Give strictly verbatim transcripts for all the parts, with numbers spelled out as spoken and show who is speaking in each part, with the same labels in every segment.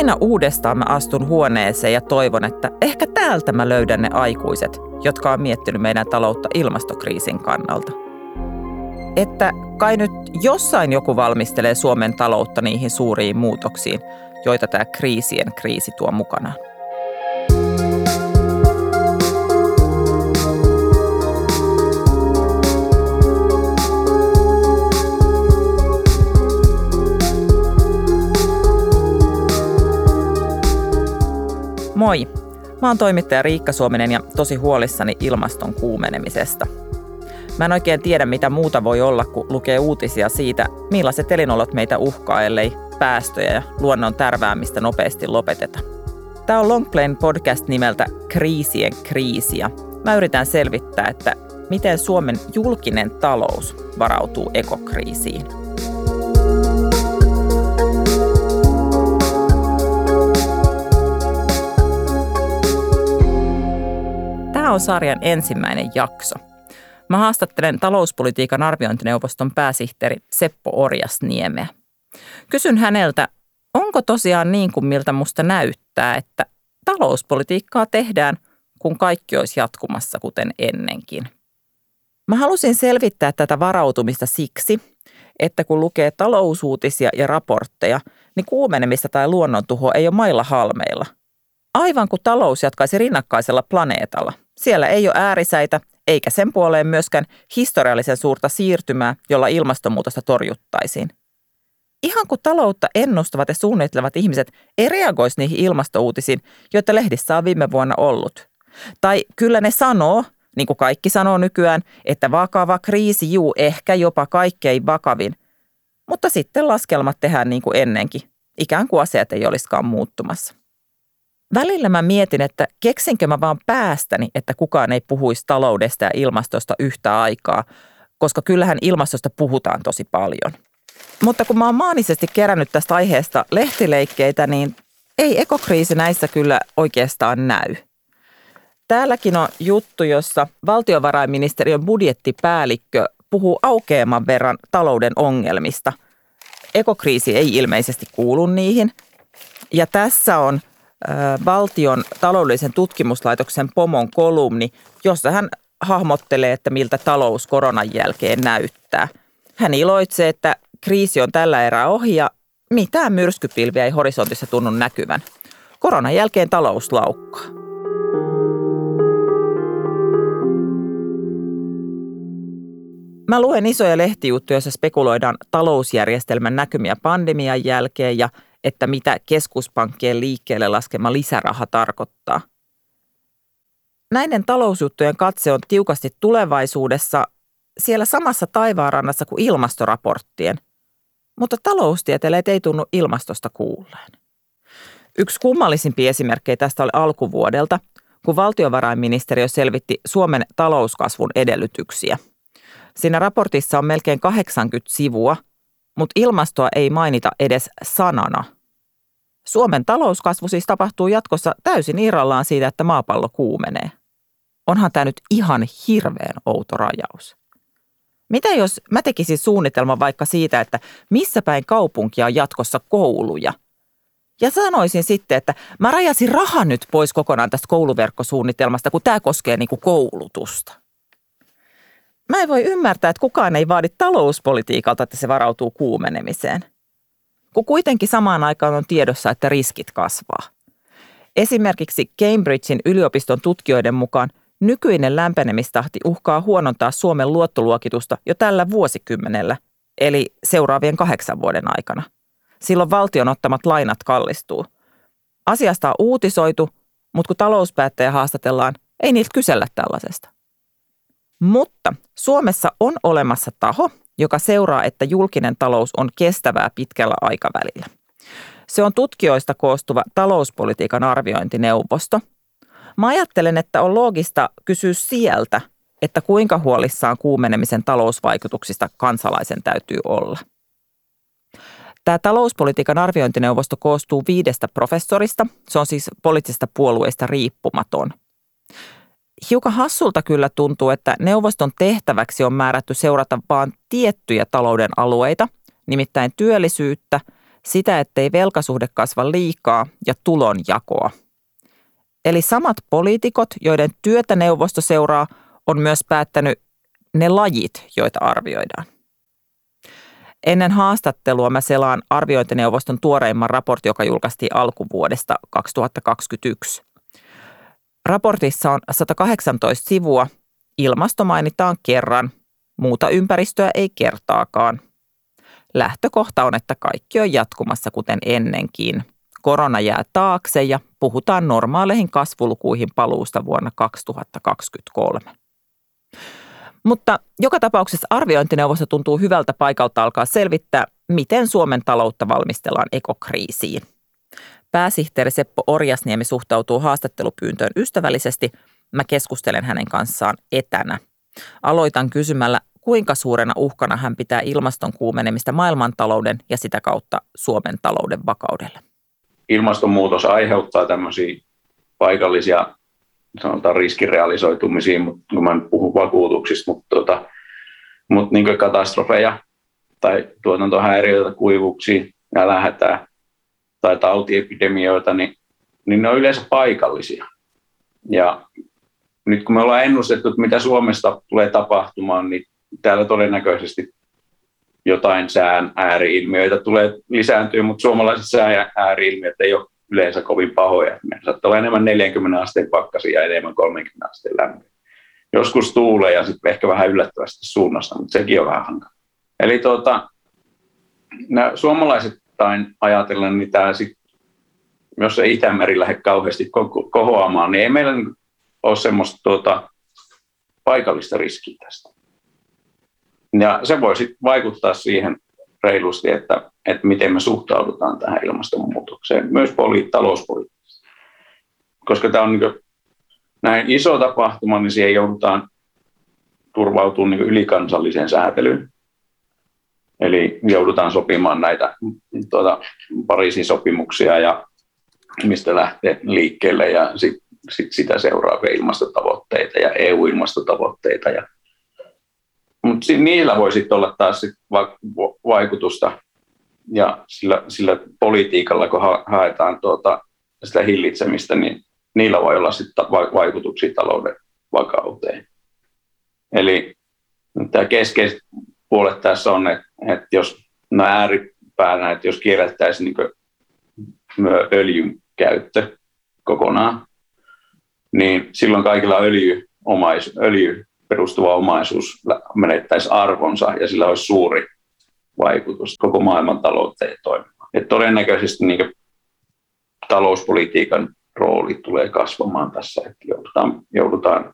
Speaker 1: aina uudestaan mä astun huoneeseen ja toivon, että ehkä täältä mä löydän ne aikuiset, jotka on miettinyt meidän taloutta ilmastokriisin kannalta. Että kai nyt jossain joku valmistelee Suomen taloutta niihin suuriin muutoksiin, joita tämä kriisien kriisi tuo mukanaan. Moi! Mä oon toimittaja Riikka Suominen ja tosi huolissani ilmaston kuumenemisesta. Mä en oikein tiedä, mitä muuta voi olla, kun lukee uutisia siitä, millaiset elinolot meitä uhkaa, ellei päästöjä ja luonnon tärväämistä nopeasti lopeteta. Tää on Longplayn podcast nimeltä Kriisien kriisi ja mä yritän selvittää, että miten Suomen julkinen talous varautuu ekokriisiin. Tämä on sarjan ensimmäinen jakso. Mä haastattelen talouspolitiikan arviointineuvoston pääsihteeri Seppo Orjasniemeä. Kysyn häneltä, onko tosiaan niin kuin miltä musta näyttää, että talouspolitiikkaa tehdään, kun kaikki olisi jatkumassa kuten ennenkin. Mä halusin selvittää tätä varautumista siksi, että kun lukee talousuutisia ja raportteja, niin kuumenemista tai luonnontuho ei ole mailla halmeilla. Aivan kuin talous jatkaisi rinnakkaisella planeetalla. Siellä ei ole äärisäitä, eikä sen puoleen myöskään historiallisen suurta siirtymää, jolla ilmastonmuutosta torjuttaisiin. Ihan kuin taloutta ennustavat ja suunnittelevat ihmiset ei reagoisi niihin ilmastouutisiin, joita lehdissä on viime vuonna ollut. Tai kyllä ne sanoo, niin kuin kaikki sanoo nykyään, että vakava kriisi, juu, ehkä jopa kaikkein vakavin. Mutta sitten laskelmat tehdään niin kuin ennenkin, ikään kuin asiat ei olisikaan muuttumassa. Välillä mä mietin, että keksinkö mä vaan päästäni, että kukaan ei puhuisi taloudesta ja ilmastosta yhtä aikaa, koska kyllähän ilmastosta puhutaan tosi paljon. Mutta kun mä oon maanisesti kerännyt tästä aiheesta lehtileikkeitä, niin ei ekokriisi näissä kyllä oikeastaan näy. Täälläkin on juttu, jossa valtiovarainministeriön budjettipäällikkö puhuu aukeaman verran talouden ongelmista. Ekokriisi ei ilmeisesti kuulu niihin. Ja tässä on valtion taloudellisen tutkimuslaitoksen Pomon kolumni, jossa hän hahmottelee, että miltä talous koronan jälkeen näyttää. Hän iloitsee, että kriisi on tällä erää ohi ja mitään myrskypilviä ei horisontissa tunnu näkyvän. Koronan jälkeen talous laukkaa. Mä luen isoja lehtijuttuja, joissa spekuloidaan talousjärjestelmän näkymiä pandemian jälkeen ja että mitä keskuspankkien liikkeelle laskema lisäraha tarkoittaa. Näiden talousjuttujen katse on tiukasti tulevaisuudessa siellä samassa taivaanrannassa kuin ilmastoraporttien, mutta taloustieteilijät ei tunnu ilmastosta kuulleen. Yksi kummallisimpia esimerkkejä tästä oli alkuvuodelta, kun valtiovarainministeriö selvitti Suomen talouskasvun edellytyksiä. Siinä raportissa on melkein kahdeksankymmentä sivua, mutta ilmastoa ei mainita edes sanana. Suomen talouskasvu siis tapahtuu jatkossa täysin irrallaan siitä, että maapallo kuumenee. Onhan tämä nyt ihan hirveän outo rajaus. Mitä jos mä tekisin suunnitelman vaikka siitä, että missä päin kaupunkia on jatkossa kouluja? Ja sanoisin sitten, että mä rajasin rahan nyt pois kokonaan tästä kouluverkkosuunnitelmasta, kun tämä koskee niinku koulutusta. Mä en voi ymmärtää, että kukaan ei vaadi talouspolitiikalta, että se varautuu kuumenemiseen. Kun kuitenkin samaan aikaan on tiedossa, että riskit kasvaa. Esimerkiksi Cambridgein yliopiston tutkijoiden mukaan nykyinen lämpenemistahti uhkaa huonontaa Suomen luottoluokitusta jo tällä vuosikymmenellä, eli seuraavien kahdeksan vuoden aikana. Silloin valtion ottamat lainat kallistuu. Asiasta on uutisoitu, mutta kun talouspäättäjä haastatellaan, ei niiltä kysellä tällaisesta. Mutta Suomessa on olemassa taho, joka seuraa, että julkinen talous on kestävää pitkällä aikavälillä. Se on tutkijoista koostuva talouspolitiikan arviointineuvosto. Mä ajattelen, että on loogista kysyä sieltä, että kuinka huolissaan kuumenemisen talousvaikutuksista kansalaisen täytyy olla. Tämä talouspolitiikan arviointineuvosto koostuu viidestä professorista. Se on siis poliittisista puolueista riippumaton. Hiukan hassulta kyllä tuntuu, että neuvoston tehtäväksi on määrätty seurata vain tiettyjä talouden alueita, nimittäin työllisyyttä sitä, ettei velkasuhde kasva liikaa ja tulonjakoa. Eli samat poliitikot, joiden työtä neuvosto seuraa, on myös päättänyt ne lajit, joita arvioidaan. Ennen haastattelua mä selaan arviointineuvoston tuoreimman raportin, joka julkaistiin alkuvuodesta kaksituhattakaksikymmentäyksi. Raportissa on sata kahdeksantoista sivua, ilmasto mainitaan kerran, muuta ympäristöä ei kertaakaan. Lähtökohta on, että kaikki on jatkumassa kuten ennenkin. Korona jää taakse ja puhutaan normaaleihin kasvulukuihin paluusta vuonna kaksituhattakaksikymmentäkolme. Mutta joka tapauksessa arviointineuvosto tuntuu hyvältä paikalta alkaa selvittää, miten Suomen taloutta valmistellaan ekokriisiin. Pääsihteeri Seppo Orjasniemi suhtautuu haastattelupyyntöön ystävällisesti. Mä keskustelen hänen kanssaan etänä. Aloitan kysymällä, kuinka suurena uhkana hän pitää ilmaston kuumenemista maailmantalouden ja sitä kautta Suomen talouden vakaudelle.
Speaker 2: Ilmastonmuutos aiheuttaa tämmöisiä paikallisia, sanotaan riskirealisoitumisia, mutta kun mä en puhu vakuutuksista, mutta, tota, mutta niin kuin katastrofeja tai tuotantohäiriöitä, kuivuuksia ja lähetään tai tautiepidemioita, niin, niin ne on yleensä paikallisia. Ja nyt kun me ollaan ennustettu, että mitä Suomesta tulee tapahtumaan, niin täällä todennäköisesti jotain sään ääriilmiöitä tulee lisääntyä, mutta suomalaiset sään ääriilmiöt ei ole yleensä kovin pahoja. Meillä saattaa olla enemmän neljänkymmenen asteen pakkasia ja enemmän kolmekymmentä asteen lämpöä. Joskus tuulee ja sitten ehkä vähän yllättävästi suunnasta, mutta sekin on vähän hankala. Eli tuota, nämä suomalaisittain ajatellen, niin tämä sit, jos se Itämeri lähde kauheasti kohoamaan, niin ei meillä ole semmoista tuota, paikallista riskiä tästä. Ja se voi sitten vaikuttaa siihen reilusti, että, että miten me suhtaudutaan tähän ilmastonmuutokseen, myös poli- talouspolitiikassa. Koska tämä on niin näin iso tapahtuma, niin siihen joudutaan turvautumaan niin ylikansalliseen säätelyyn. Eli joudutaan sopimaan näitä tuota, Pariisin sopimuksia ja mistä lähtee liikkeelle ja sit, sit sitä seuraavia ilmastotavoitteita ja E U-ilmastotavoitteita. Ja mutta niillä voi sitten olla taas sit va- vaikutusta ja sillä, sillä politiikalla, kun ha- haetaan tuota, sitä hillitsemistä, niin niillä voi olla sitten va- vaikutuksia talouden vakauteen. Eli tämä keskeiset puolet tässä on, että, että jos no ääripäänä, että jos kiellettäisiin niin öljyn käyttö kokonaan, niin silloin kaikilla öljy, omais, öljy perustuva omaisuus menettäisi arvonsa ja sillä olisi suuri vaikutus koko maailman talouteen toimimaan. Et todennäköisesti niin talouspolitiikan rooli tulee kasvamaan tässä, että joudutaan, joudutaan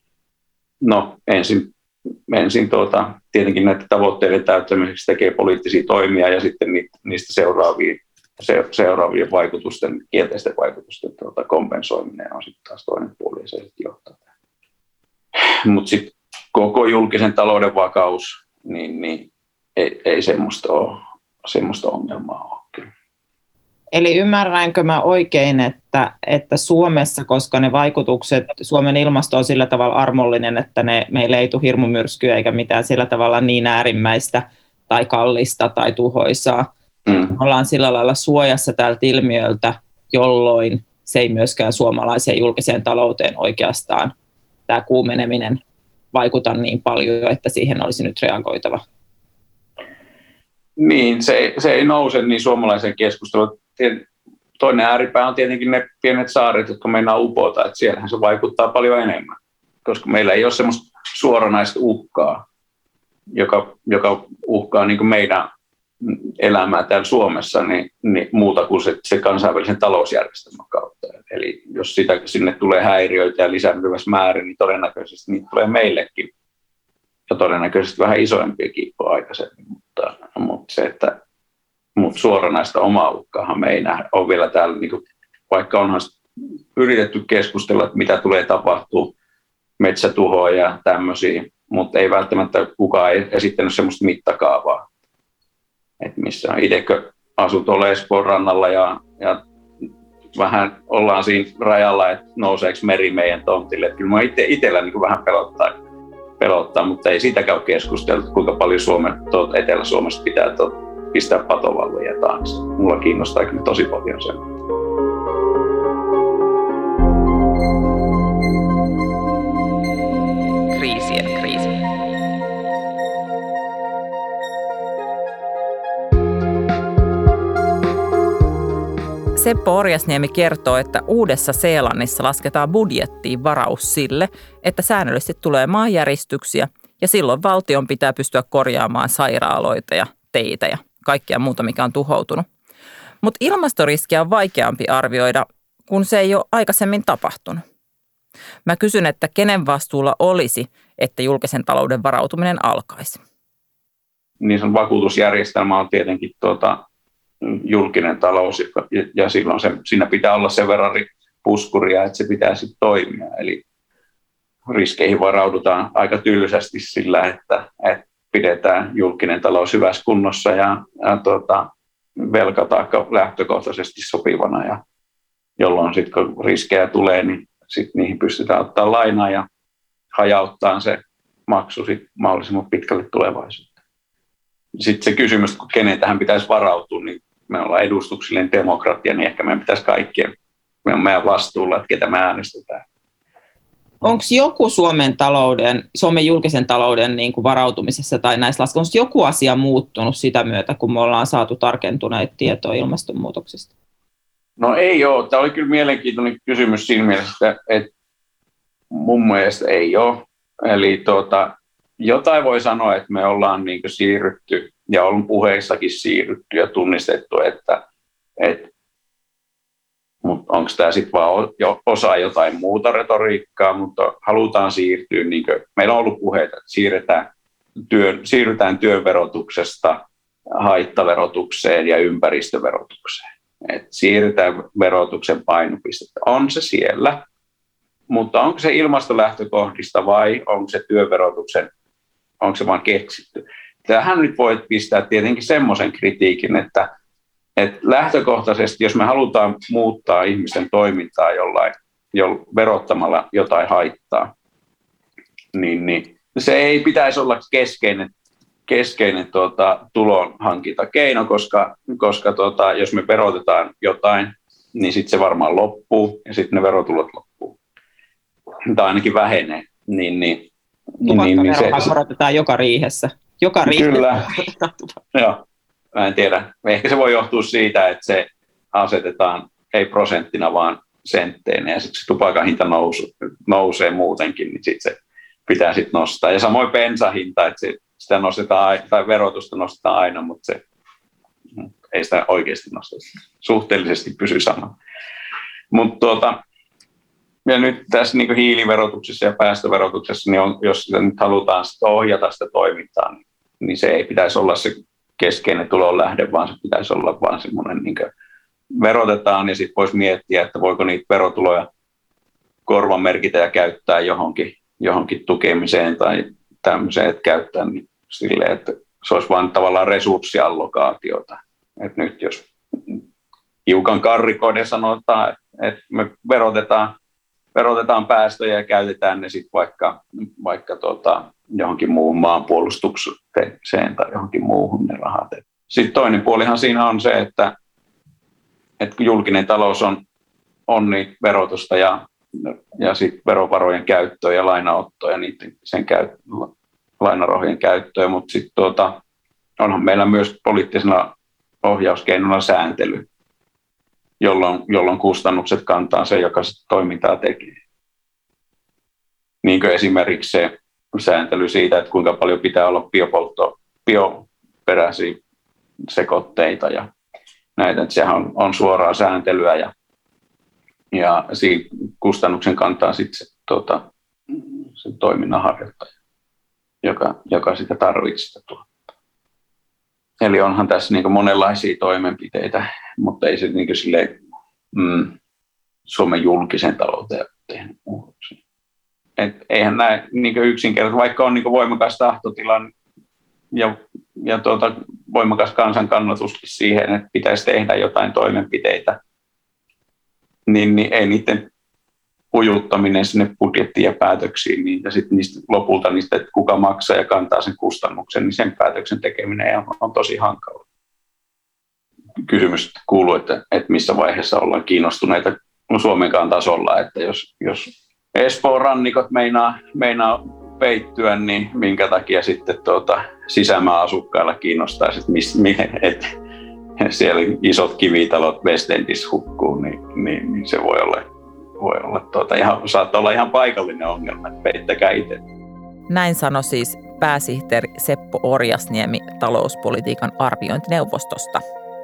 Speaker 2: no ensin, ensin tuota, tietenkin näiden tavoitteiden täyttämiseksi tekee poliittisia toimia ja sitten niistä seuraavia, se, seuraavien vaikutusten, kielteisten vaikutusten tuota, kompensoiminen on sitten taas toinen puoli ja se sitten johtaa. Mutta sitten koko julkisen talouden vakaus, niin, niin ei, ei semmoista, ole, semmoista ongelmaa ole kyllä.
Speaker 3: Eli ymmärränkö mä oikein, että, että Suomessa, koska ne vaikutukset, Suomen ilmasto on sillä tavalla armollinen, että ne, meillä ei tule hirmumyrskyä eikä mitään sillä tavalla niin äärimmäistä tai kallista tai tuhoisaa. Mm. Ollaan sillä lailla suojassa tältä ilmiöltä, jolloin se ei myöskään suomalaiseen julkiseen talouteen oikeastaan tämä kuumeneminen vaikuta niin paljon, että siihen olisi nyt reagoitava.
Speaker 2: Niin, se, se ei nouse niin suomalaisen keskusteluun. Toinen ääripää on tietenkin ne pienet saaret, jotka meinaa upota, että siellähän se vaikuttaa paljon enemmän, koska meillä ei ole semmoista suoranaista uhkaa, joka, joka uhkaa niin kuin meidän elämää täällä Suomessa, niin, niin muuta kuin se, se kansainvälisen talousjärjestelmän kautta. Eli jos sitä, sinne tulee häiriöitä ja lisääntyvässä määrin, niin todennäköisesti niitä tulee meillekin. Ja todennäköisesti vähän isoimpiakin kuin aikaisemmin. Mutta, mutta se, että mutta suoranaista omaa uhkaahan me ei nähdä. On vielä täällä, niin kuin, vaikka onhan yritetty keskustella, että mitä tulee tapahtua, metsätuhoja ja tämmöisiä, mutta ei välttämättä kukaan ei esittänyt semmoista mittakaavaa. Että missä itsekö asut tuolla Espoon rannalla ja, ja vähän ollaan siinä rajalla, että nouseeko meri meidän tontille. Että kyllä mä itse, itsellä niin vähän pelottaa, pelottaa, mutta ei siitäkään ole keskusteltu, kuinka paljon Suomen, tuolta Etelä-Suomesta pitää tuolta pistää patovalvoja taakse. Mulla kiinnostaa kyllä tosi paljon sen.
Speaker 1: Kriisien kriisi. Seppo Orjasniemi kertoo, että Uudessa-Seelannissa lasketaan budjettiin varaus sille, että säännöllisesti tulee maanjäristyksiä ja silloin valtion pitää pystyä korjaamaan sairaaloita ja teitä ja kaikkea muuta, mikä on tuhoutunut. Mutta ilmastoriskiä on vaikeampi arvioida, kun se ei ole aikaisemmin tapahtunut. Mä kysyn, että kenen vastuulla olisi, että julkisen talouden varautuminen alkaisi?
Speaker 2: Niin sen vakuutusjärjestelmä on tietenkin tuota, julkinen talous, ja, ja silloin se, siinä pitää olla sen verran puskuria, että se pitää sitten toimia. Eli riskeihin varaudutaan aika tylsästi sillä, että, että pidetään julkinen talous hyvässä kunnossa ja, ja tuota, velkataakka lähtökohtaisesti sopivana, ja jolloin sitten kun riskejä tulee, niin sit niihin pystytään ottaa lainaa ja hajauttaa se maksu sit mahdollisimman pitkälle tulevaisuuteen. Sitten se kysymys, kun kenen tähän pitäisi varautua, niin me ollaan edustuksellinen demokratia, niin ehkä meidän pitäisi kaikkien, me on meidän vastuulla, että ketä me äänestetään.
Speaker 3: Onko joku Suomen talouden, Suomen julkisen talouden niin kuin varautumisessa tai näissä laskelmissa joku asia muuttunut sitä myötä, kun me ollaan saatu tarkentuneita tietoa ilmastonmuutoksesta?
Speaker 2: No ei ole. Tämä oli kyllä mielenkiintoinen kysymys siinä mielessä, että mun mielestä ei ole. Eli tuota, jotain voi sanoa, että me ollaan niin kuin siirrytty ja on puheissakin siirrytty ja tunnistettu, että, että mutta onko tämä sitten vaan osa jotain muuta retoriikkaa, mutta halutaan siirtyä, niin kuin, meillä on ollut puheita, että siirretään työn, siirrytään työn verotuksesta haittaverotukseen ja ympäristöverotukseen. Et siirretään verotuksen painopistettä. On se siellä, mutta onko se ilmastolähtökohdista vai onko se työverotuksen, onko se vaan keksitty? Tähän nyt voi pistää tietenkin semmoisen kritiikin, että Et lähtökohtaisesti, jos me halutaan muuttaa ihmisten toimintaa jollain, jo verottamalla jotain haittaa, niin, niin se ei pitäisi olla keskeinen, keskeinen tuota, tulonhankintakeino, koska, koska tuota, jos me verotetaan jotain, niin sitten se varmaan loppuu ja sitten ne verotulot loppuu. Tai ainakin vähenee. Niin, niin,
Speaker 3: niin, niin se korotetaan joka riihessä. Joka riihessä.
Speaker 2: Kyllä, joo. Mä en tiedä. Ehkä se voi johtua siitä, että se asetetaan ei prosenttina, vaan sentteinä, ja sitten se tupakan hinta nousee, nousee muutenkin, niin sitten se pitää sitten nostaa. Ja samoin bensahinta, että se, sitä nostetaan, tai verotusta nostetaan aina, mutta se ei sitä oikeasti nosteta. Suhteellisesti pysyy sama. Mutta tuota, ja nyt tässä niin kuin hiiliverotuksessa ja päästöverotuksessa, niin on, jos sitä nyt halutaan sitä ohjata sitä toimintaa, niin, niin se ei pitäisi olla se keskeinen tulonlähde, vaan se pitäisi olla vaan semmoinen, niin kuin verotetaan, ja sitten voisi miettiä, että voiko niitä verotuloja korvamerkitä ja käyttää johonkin, johonkin tukemiseen tai tämmöiseen, että käyttää niin silleen, että se olisi vain tavallaan resurssiallokaatiota. Että nyt jos hiukan karrikoiden sanotaan, että me verotetaan, verotetaan päästöjä ja käytetään ne sitten vaikka, vaikka tota, johonkin muuhun maanpuolustukseen tai johonkin muuhun ne rahat. Sitten toinen puolihan siinä on se, että, että julkinen talous on, on niitä verotusta ja, ja sitten verovarojen käyttöä ja lainaottoa ja niiden sen käy, lainarahojen käyttöä, mutta sitten tuota, onhan meillä myös poliittisena ohjauskeinona sääntely, jolloin, jolloin kustannukset kantaa se, joka sitä toimintaa tekee. Niin kuin esimerkiksi se sääntely siitä, että kuinka paljon pitää olla biopoltto, bioperäisiä sekoitteita ja näitä, että sehän on, on suoraa sääntelyä ja, ja siinä kustannuksen kantaa sitten se, tuota, se toiminnan harjoittaja, joka, joka sitä tarvitsee tuottaa. Eli onhan tässä niin kuin monenlaisia toimenpiteitä, mutta ei se niin kuin silleen, mm, Suomen julkisen talouteen tehnyt muutoksia. Et eihän näin niin yksinkertaisesti, vaikka on niin voimakas tahtotila ja, ja tuota, voimakas kansankannatuskin siihen, että pitäisi tehdä jotain toimenpiteitä, niin, niin ei niiden ujuttaminen sinne budjettiin ja päätöksiin, niin, ja sitten niistä, lopulta niistä, että kuka maksaa ja kantaa sen kustannuksen, niin sen päätöksen tekeminen on, on tosi hankalaa. kysymys kuuluu, että, että missä vaiheessa ollaan kiinnostuneita Suomenkaan tasolla, että jos, jos Espoon rannikot meinaa, meinaa peittyä, niin minkä takia sitten tuota, sisämaa-asukkailla kiinnostaisi, että, mis, että siellä isot kivitalot West Endissä hukkuu, niin, niin, niin se voi olla, voi olla tuota, ihan, saattaa olla ihan paikallinen ongelma, että peittäkää itse.
Speaker 1: Näin sanoi siis pääsihteeri Seppo Orjasniemi talouspolitiikan arviointineuvostosta.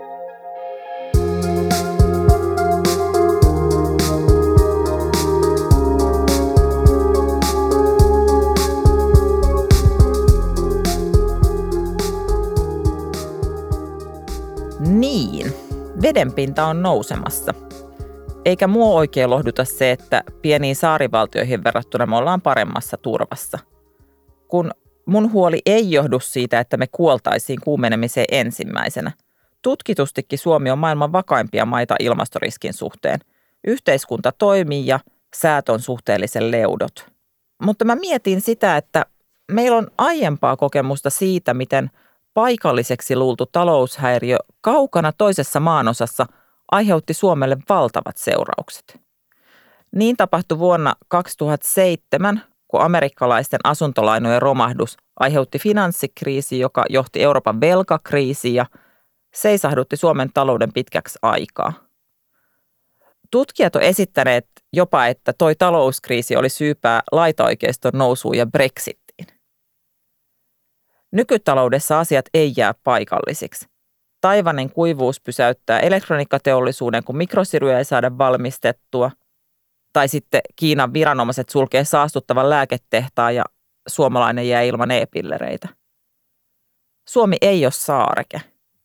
Speaker 1: Niin, vedenpinta on nousemassa. Eikä mua oikein lohduta se, että pieniin saarivaltioihin verrattuna me ollaan paremmassa turvassa. Kun mun huoli ei johdu siitä, että me kuoltaisiin kuumenemiseen ensimmäisenä. Tutkitustikin Suomi on maailman vakaimpia maita ilmastoriskin suhteen. Yhteiskunta toimii ja säät on suhteellisen leudot. Mutta mä mietin sitä, että meillä on aiempaa kokemusta siitä, miten paikalliseksi luultu taloushäiriö kaukana toisessa maanosassa aiheutti Suomelle valtavat seuraukset. Niin tapahtui vuonna kaksituhattaseitsemän, kun amerikkalaisten asuntolainojen romahdus aiheutti finanssikriisi, joka johti Euroopan velkakriisiin ja seisahdutti Suomen talouden pitkäksi aikaa. Tutkijat on esittäneet jopa, että toi talouskriisi oli syypää laitaoikeiston nousuun ja Brexittiin. Nykytaloudessa asiat ei jää paikallisiksi. Taiwanin kuivuus pysäyttää elektroniikkateollisuuden, kun mikrosiruja ei saada valmistettua. Tai sitten Kiinan viranomaiset sulkee saastuttavan lääketehtaan ja suomalainen jää ilman e-pillereitä. Suomi ei ole saareke.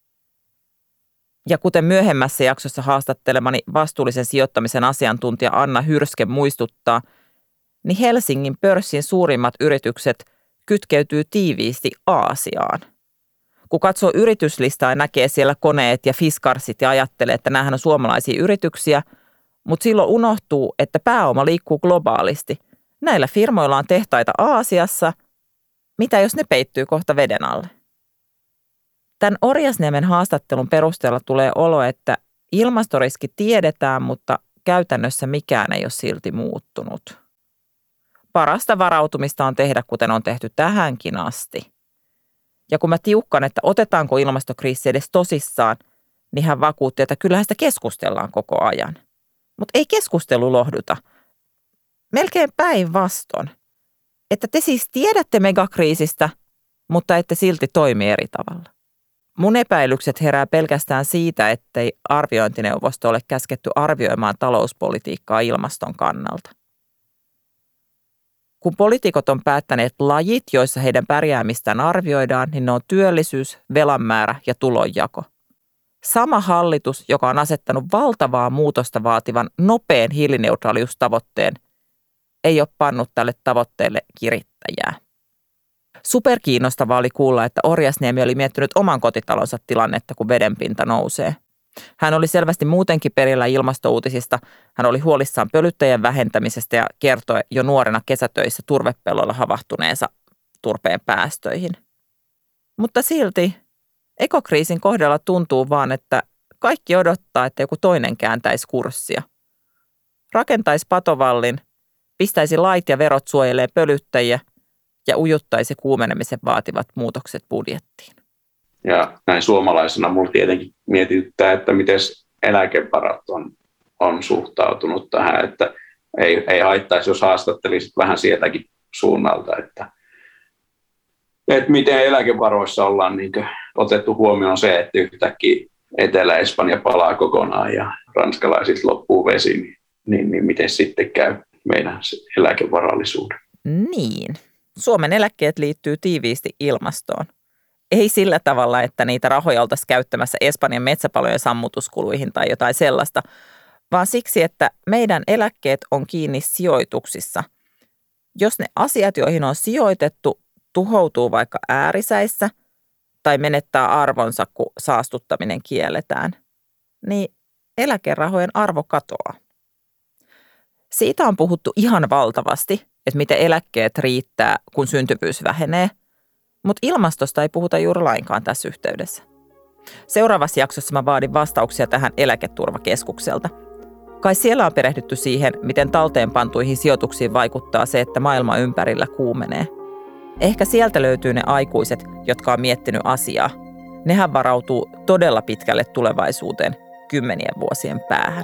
Speaker 1: Ja kuten myöhemmässä jaksossa haastattelemani vastuullisen sijoittamisen asiantuntija Anna Hyrske muistuttaa, niin Helsingin pörssin suurimmat yritykset kytkeytyy tiiviisti Aasiaan. Kun katsoo yrityslistaa ja näkee siellä koneet ja fiskarsit ja ajattelee, että näähän on suomalaisia yrityksiä, mutta silloin unohtuu, että pääoma liikkuu globaalisti. Näillä firmoilla on tehtaita Aasiassa. Mitä jos ne peittyy kohta veden alle? Tämän Orjasniemen haastattelun perusteella tulee olo, että ilmastoriski tiedetään, mutta käytännössä mikään ei ole silti muuttunut. Parasta varautumista on tehdä, kuten on tehty tähänkin asti. Ja kun mä tiukkaan, että otetaanko ilmastokriisi edes tosissaan, niin hän vakuutti, että kyllähän sitä keskustellaan koko ajan. Mutta ei keskustelu lohduta. Melkein päinvastoin. Että te siis tiedätte megakriisistä, mutta ette silti toimi eri tavalla. Mun epäilykset herää pelkästään siitä, ettei arviointineuvosto ole käsketty arvioimaan talouspolitiikkaa ilmaston kannalta. Kun poliitikot on päättäneet lajit, joissa heidän pärjäämistään arvioidaan, niin ne on työllisyys, velan määrä ja tulonjako. Sama hallitus, joka on asettanut valtavaa muutosta vaativan nopean hiilineutraaliustavoitteen, ei ole pannut tälle tavoitteelle kirittäjää. Superkiinnostavaa oli kuulla, että Orjasniemi oli miettinyt oman kotitalonsa tilannetta, kun vedenpinta nousee. Hän oli selvästi muutenkin perillä ilmastouutisista. Hän oli huolissaan pölyttäjien vähentämisestä ja kertoi jo nuorena kesätöissä turvepellolla havahtuneensa turpeen päästöihin. Mutta silti ekokriisin kohdalla tuntuu vaan, että kaikki odottaa, että joku toinen kääntäisi kurssia. Rakentaisi patovallin, pistäisi lait ja verot suojelee pölyttäjiä ja ujuttaisi kuumenemisen vaativat muutokset budjettiin.
Speaker 2: Ja näin suomalaisena minulla tietenkin mietityttää, että miten eläkevarat on, on suhtautunut tähän, että ei, ei haittaisi, jos haastattelisit vähän sieltäkin suunnalta, että, että miten eläkevaroissa ollaan niin otettu huomioon se, että yhtäkkiä Etelä-Espanja palaa kokonaan ja ranskalaisista loppuu vesi, niin, niin, niin miten sitten käy meidän eläkevarallisuuden?
Speaker 1: Niin, Suomen eläkkeet liittyy tiiviisti ilmastoon. Ei sillä tavalla, että niitä rahoja oltaisiin käyttämässä Espanjan metsäpalojen sammutuskuluihin tai jotain sellaista, vaan siksi, että meidän eläkkeet on kiinni sijoituksissa. Jos ne asiat, joihin on sijoitettu, tuhoutuu vaikka äärisäissä tai menettää arvonsa, kun saastuttaminen kielletään, niin eläkerahojen arvo katoaa. Siitä on puhuttu ihan valtavasti, että miten eläkkeet riittää, kun syntyvyys vähenee. Mutta ilmastosta ei puhuta juuri lainkaan tässä yhteydessä. Seuraavassa jaksossa mä vaadin vastauksia tähän Eläketurvakeskukselta. Kai siellä on perehdytty siihen, miten talteen pantuihin sijoituksiin vaikuttaa se, että maailma ympärillä kuumenee. Ehkä sieltä löytyy ne aikuiset, jotka on miettinyt asiaa. Nehän varautuu todella pitkälle tulevaisuuteen, kymmenien vuosien päähän.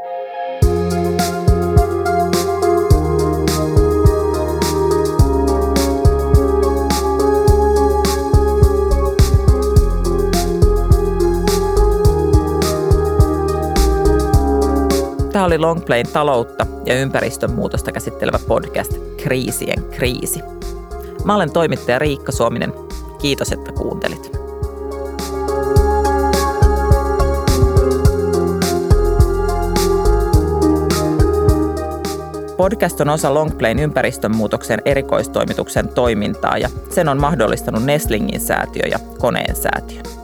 Speaker 1: Tämä oli Longplayn taloutta ja ympäristönmuutosta käsittelevä podcast Kriisien kriisi. Mä olen toimittaja Riikka Suominen. Kiitos, että kuuntelit. Podcast on osa Longplayn ympäristönmuutoksen erikoistoimituksen toimintaa ja sen on mahdollistanut Neslingin säätiö ja Koneen säätiö.